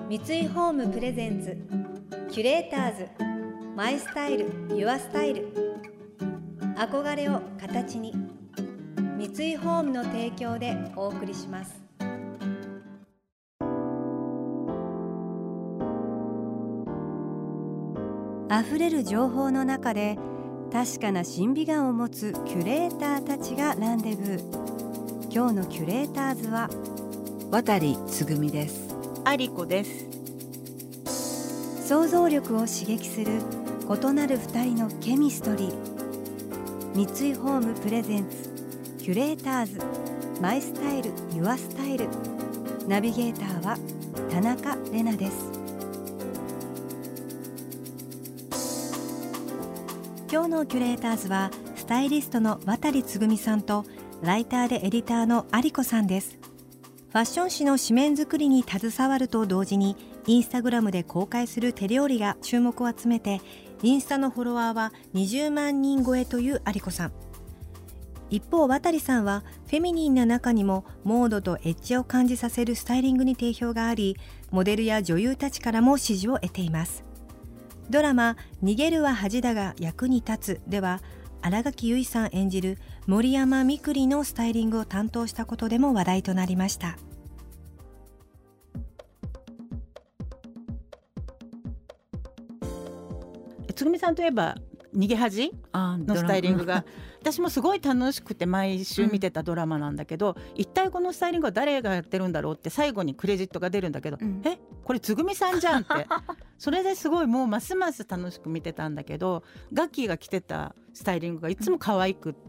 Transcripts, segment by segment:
三井ホームプレゼンツキュレーターズマイスタイルユアスタイル、憧れを形に、三井ホームの提供でお送りします。あふれる情報の中で確かな審美眼を持つキュレーターたちがランデブー。今日のキュレーターズは渡つぐみです。 ありこです。 想像力を刺激する異なる二人のケミストリー。三井ホームプレゼンツキュレーターズマイスタイルユアスタイル、ナビゲーターは田中れなです。今日のキュレーターズはスタイリストの渡つぐみさんとライターでエディターのありこさんです。ファッション誌の紙面作りに携わると同時にインスタグラムで公開する手料理が注目を集めて、インスタのフォロワーは20万人超えというありこさん。一方渡さんはフェミニンな中にもモードとエッジを感じさせるスタイリングに定評があり、モデルや女優たちからも支持を得ています。ドラマ逃げるは恥だが役に立つでは新垣結衣さん演じる森山みくりのスタイリングを担当したことでも話題となりました。 つぐみさんといえば逃げ恥のスタイリングが私もすごい楽しくて毎週見てたドラマなんだけど、一体このスタイリングは誰がやってるんだろうって最後にクレジットが出るんだけど、これつぐみさんじゃんってそれですごいもうますます楽しく見てたんだけど、ガッキーが着てたスタイリングがいつも可愛くって、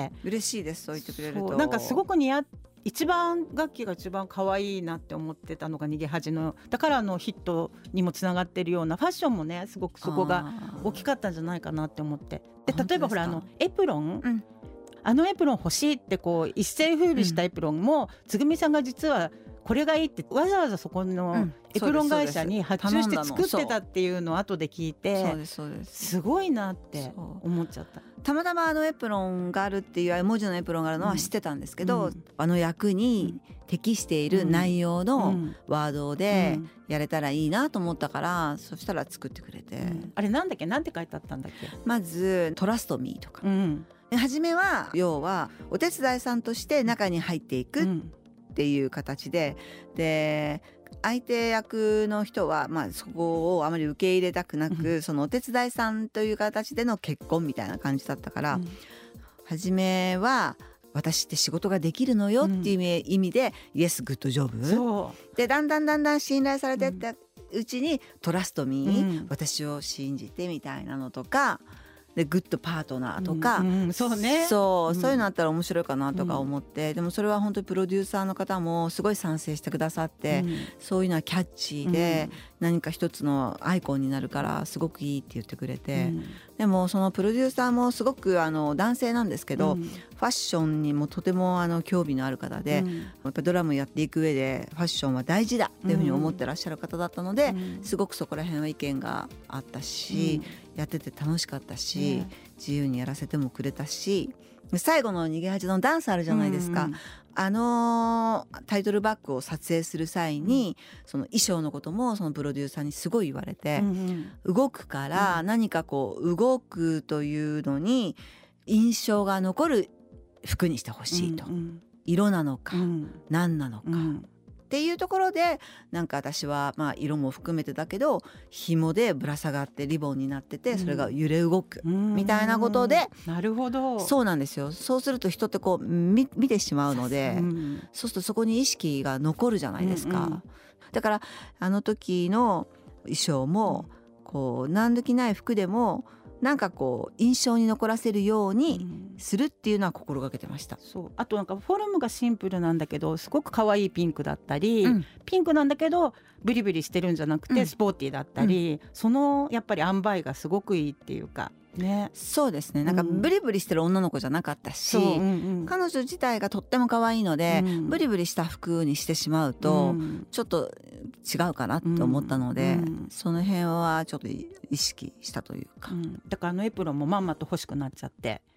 嬉しいです。そう言ってくれるとなんかすごくガッキーが一番可愛いなって思ってたのが逃げ恥の、だからヒットにもつながってるようなファッションもね、すごくそこが大きかったんじゃないかなって思って。で例えばほらエプロン、エプロン欲しいって一世風靡したエプロンも、つぐみさんが実はこれがいいってわざわざそこのエプロン会社に発注して作ってたっていうのを後で聞いて、すごいなって思っちゃった。 たまたまエプロンがあるっていう文字のエプロンがあるのは知ってたんですけど、役に適している内容のワードでやれたらいいなと思ったから、そしたら作ってくれて、 あれなんだっけ、なんて書いてあったんだっけ。 まずトラストミーとか、初めは要はお手伝いさんとして中に入っていくっていう形で、相手役の人はそこをあまり受け入れたくなく、そのお手伝いさんという形での結婚みたいな感じだったから、初めは私って仕事ができるのよっていう意味で、イエスグッドジョブで、だんだん信頼されてったうちに、トラストミー、私を信じてみたいなのとかで、グッドパートナーとか、そういうのあったら面白いかなとか思って、でもそれは本当にプロデューサーの方もすごい賛成してくださって、そういうのはキャッチーで、何か一つのアイコンになるからすごくいいって言ってくれて、でもそのプロデューサーもすごく男性なんですけど、ファッションにもとても興味のある方で、やっぱドラムやっていく上でファッションは大事だっていうふうに思ってらっしゃる方だったので、すごくそこら辺は意見があったし、やってて楽しかったし、自由にやらせてもくれたし、最後の逃げ恥のダンスあるじゃないですか、タイトルバックを撮影する際に、その衣装のこともそのプロデューサーにすごい言われて、動くから何か動くというのに印象が残る服にしてほしいと、色なのか、何なのかっていうところで、なんか私は色も含めてだけど紐でぶら下がってリボンになってて、それが揺れ動くみたいなことで、 なるほど、 そうなんですよ。そうすると人って見てしまうので、そうするとそこに意識が残るじゃないですか、だから時の衣装も何時ない服でもなんか印象に残らせるようにするっていうのは心がけてました。 あとなんかフォルムがシンプルなんだけどすごく可愛いピンクだったり、ピンクなんだけどブリブリしてるんじゃなくてスポーティーだったり、そのやっぱり塩梅がすごくいいっていうかね。 そうですね、なんかブリブリしてる女の子じゃなかったし、彼女自体がとっても可愛いので、ブリブリした服にしてしまうとちょっと違うかなって思ったので、その辺はちょっと意識したというか、 だからエプロンもまんまと欲しくなっちゃって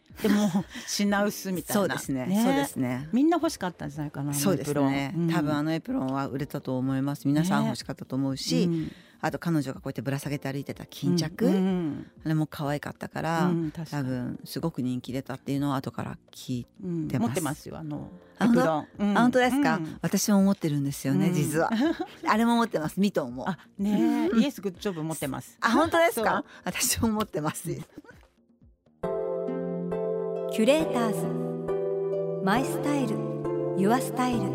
でも品薄みたいな。 そうですね、そうですね。 みんな欲しかったんじゃないかな。 そうですね、多分エプロンは売れたと思います。皆さん欲しかったと思うし、あと彼女がこうやってぶら下げて歩いてた巾着、あれも可愛かったから、多分すごく人気出たっていうのを後から聞いてます。 持ってますよエプロン。 本当ですか？私も持ってるんですよね、実は。あれも持ってます。ミトンも。 ね、イエスグッドジョブ持ってます。 本当ですか？私も持ってます。 キュレーターズマイスタイルユアスタイル。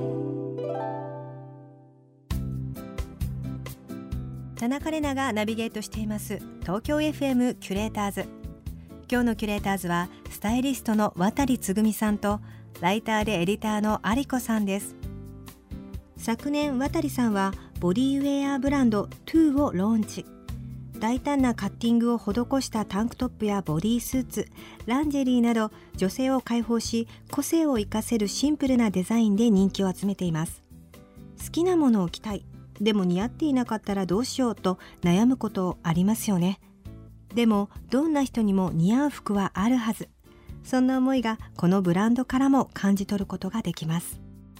田中れながナビゲートしています東京 FM キュレーターズ。今日のキュレーターズはスタイリストの渡つぐみさんとライターでエディターの有子さんです。昨年渡さんはボディウェアブランドトゥーをローンチ。大胆なカッティングを施したタンクトップやボディースーツ、ランジェリーなど女性を解放し個性を生かせるシンプルなデザインで人気を集めています。好きなものを着たい、でも似合っていなかったらどうしようと悩むことありますよね。でもどんな人にも似合う服はあるはず。そんな思いがこのブランドからも感じ取ることができます。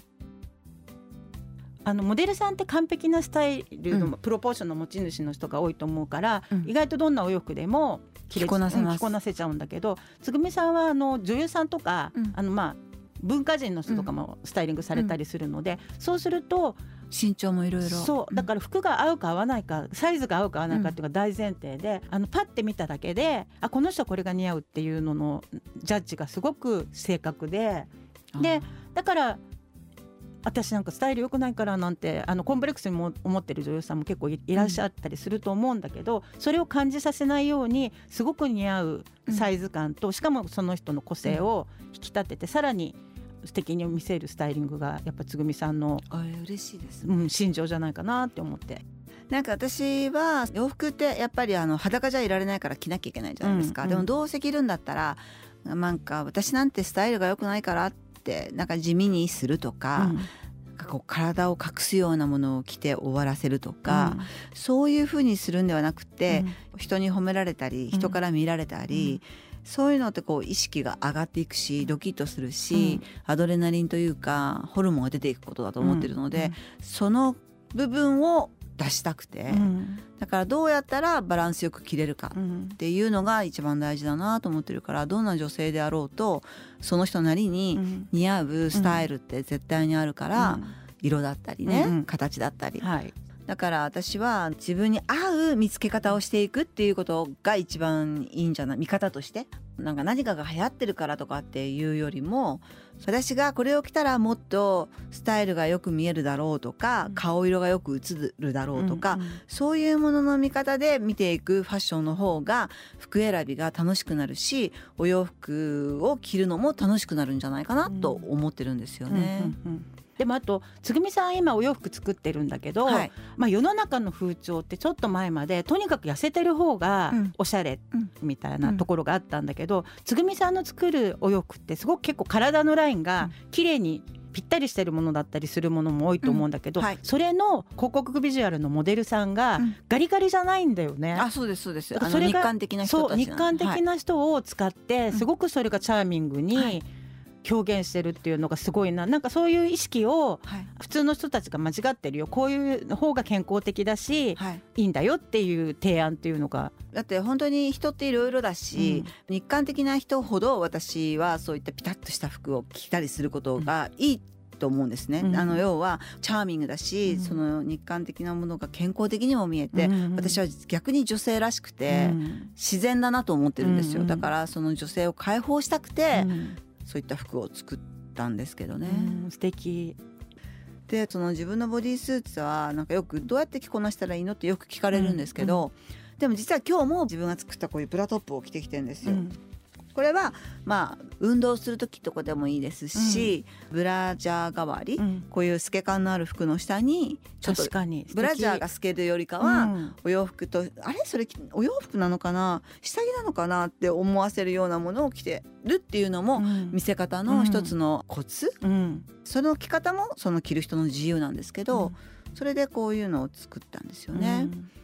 モデルさんって完璧なスタイルのプロポーションの持ち主の人が多いと思うから、意外とどんなお洋服でも着こなせちゃうんだけど、つぐみさんは女優さんとか、文化人の人とかもスタイリングされたりするので、そうすると身長もいろいろ、 そうだから服が合うか合わないか、サイズが合うか合わないかっていうのが大前提で、パッて見ただけでこの人はこれが似合うっていうののジャッジがすごく正確で、だから私なんかスタイル良くないからなんてコンプレックスにも思ってる女優さんも結構いらっしゃったりすると思うんだけど、それを感じさせないようにすごく似合うサイズ感と、しかもその人の個性を引き立ててさらに素敵に見せるスタイリングがやっぱつぐみさんの嬉しいです、 心情じゃないかなって思って。 なんか私は洋服ってやっぱり裸じゃいられないから着なきゃいけないじゃないですか、でもどうせ着るんだったらなんか私なんてスタイルが良くないからってなんか地味にするとか、こう体を隠すようなものを着て終わらせるとか、そういう風にするんではなくて、人に褒められたり人から見られたり、そういうのってこう意識が上がっていくしドキッとするし、アドレナリンというかホルモンが出ていくことだと思ってるので、その部分を出したくて、だからどうやったらバランスよく着れるかっていうのが一番大事だなと思ってるから、どんな女性であろうとその人なりに似合うスタイルって絶対にあるから、色だったりね、形だったり、だから私は自分に合う見つけ方をしていくっていうことが一番いいんじゃない、見方として。なんか何かが流行ってるからとかっていうよりも、私がこれを着たらもっとスタイルがよく見えるだろうとか、顔色がよく映るだろうとか、そういうものの見方で見ていくファッションの方が服選びが楽しくなるし、お洋服を着るのも楽しくなるんじゃないかなと思ってるんですよね。 でもあとつぐみさん今お洋服作ってるんだけど、世の中の風潮ってちょっと前までとにかく痩せてる方がおしゃれみたいなところがあったんだけど、つぐみさんの作るお洋服ってすごく結構体のラインが綺麗にぴったりしてるものだったりするものも多いと思うんだけど、それの広告ビジュアルのモデルさんがガリガリじゃないんだよね。 そうですそうです。それが日韓的な人たち日韓的な人を使ってすごくそれがチャーミングに表現してるっていうのがすごいな。なんかそういう意識を普通の人たちが間違ってるよ、こういう方が健康的だし、いいんだよっていう提案っていうのが、 だって本当に人っていろいろだし、日韓的な人ほど私はそういったピタッとした服を着たりすることがいいと思うんですね。要はチャーミングだし、その日韓的なものが健康的にも見えて、私は逆に女性らしくて自然だなと思ってるんですよ。だからその女性を解放したくて、そういった服を作ったんですけどね。 素敵で、その自分のボディースーツはなんかよくどうやって着こなしたらいいのってよく聞かれるんですけど、でも実は今日も自分が作ったこういうブラトップを着てきてるんですよ。これは運動する時とかでもいいですし、ブラジャー代わり、こういう透け感のある服の下にちょっとブラジャーが透けるよりかは、お洋服とそれお洋服なのかな下着なのかなって思わせるようなものを着てるっていうのも見せ方の一つのコツ、その着方もその着る人の自由なんですけど、それでこういうのを作ったんですよね。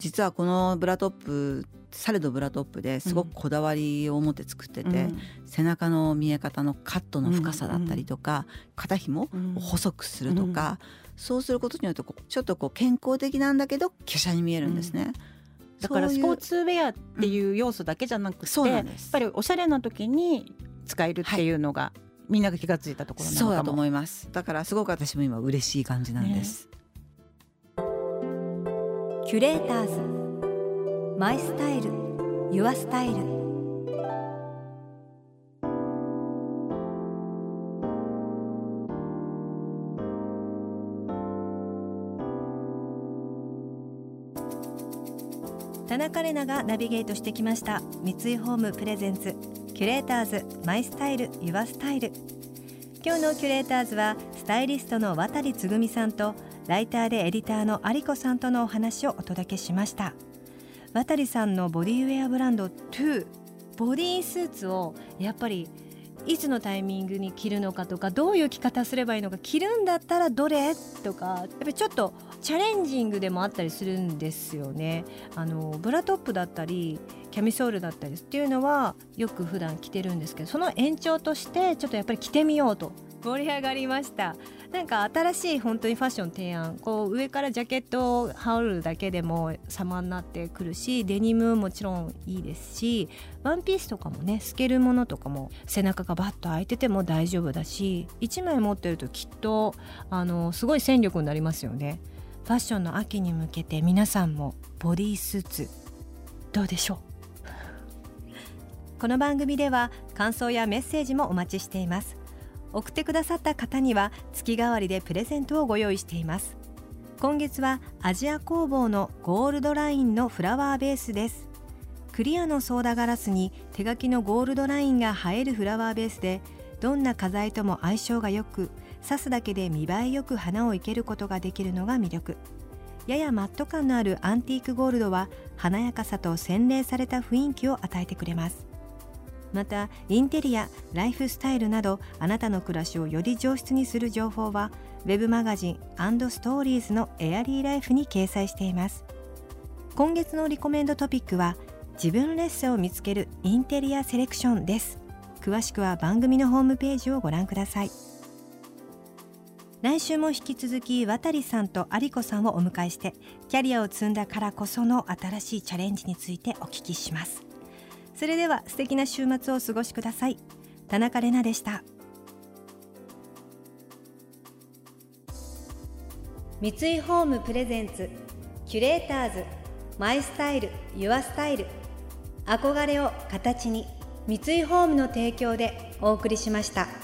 実はこのブラトップサレドブラトップですごくこだわりを持って作ってて、背中の見え方のカットの深さだったりとか、肩紐を細くするとか、そうすることによってちょっと健康的なんだけど華奢に見えるんですね。 だからスポーツウェアっていう要素だけじゃなくて、やっぱりおしゃれな時に使えるっていうのが、みんなが気がついたところなのかも。 そうだと思います。だからすごく私も今嬉しい感じなんです、 キュレーターズマイスタイルユアスタイル。田中れながナビゲートしてきました三井ホームプレゼンツキュレーターズマイスタイルユアスタイル。今日のキュレーターズはスタイリストの渡つぐみさんとライターでエディターの有子さんとのお話をお届けしました。渡さんのボディウェアブランド2、ボディースーツをやっぱりいつのタイミングに着るのかとか、どういう着方すればいいのか、着るんだったらどれとか、やっぱりちょっとチャレンジングでもあったりするんですよね。ブラトップだったりキャミソールだったりっていうのはよく普段着てるんですけど、その延長としてちょっとやっぱり着てみようと盛り上がりました。なんか新しい本当にファッション提案、上からジャケットを羽織るだけでも様になってくるし、デニムもちろんいいですし、ワンピースとかもね、透けるものとかも背中がバッと開いてても大丈夫だし、1枚持ってるときっとすごい戦力になりますよね。ファッションの秋に向けて皆さんもボディースーツどうでしょう。この番組では感想やメッセージもお待ちしています。送ってくださった方には月替わりでプレゼントをご用意しています。今月はアジア工房のゴールドラインのフラワーベースです。クリアのソーダガラスに手書きのゴールドラインが映えるフラワーベースで、どんな花材とも相性が良く、刺すだけで見栄えよく花を生けることができるのが魅力。ややマット感のあるアンティークゴールドは華やかさと洗練された雰囲気を与えてくれます。またインテリア、ライフスタイルなどあなたの暮らしをより上質にする情報はウェブマガジン&ストーリーズのエアリーライフに掲載しています。今月のリコメンドトピックは自分らしさを見つけるインテリアセレクションです。詳しくは番組のホームページをご覧ください。来週も引き続き渡さんと有子さんをお迎えして、キャリアを積んだからこその新しいチャレンジについてお聞きします。それでは素敵な週末をお過ごしください。田中れなでした。三井ホームプレゼンツキュレーターズマイスタイルユアスタイル。憧れを形に、三井ホームの提供でお送りしました。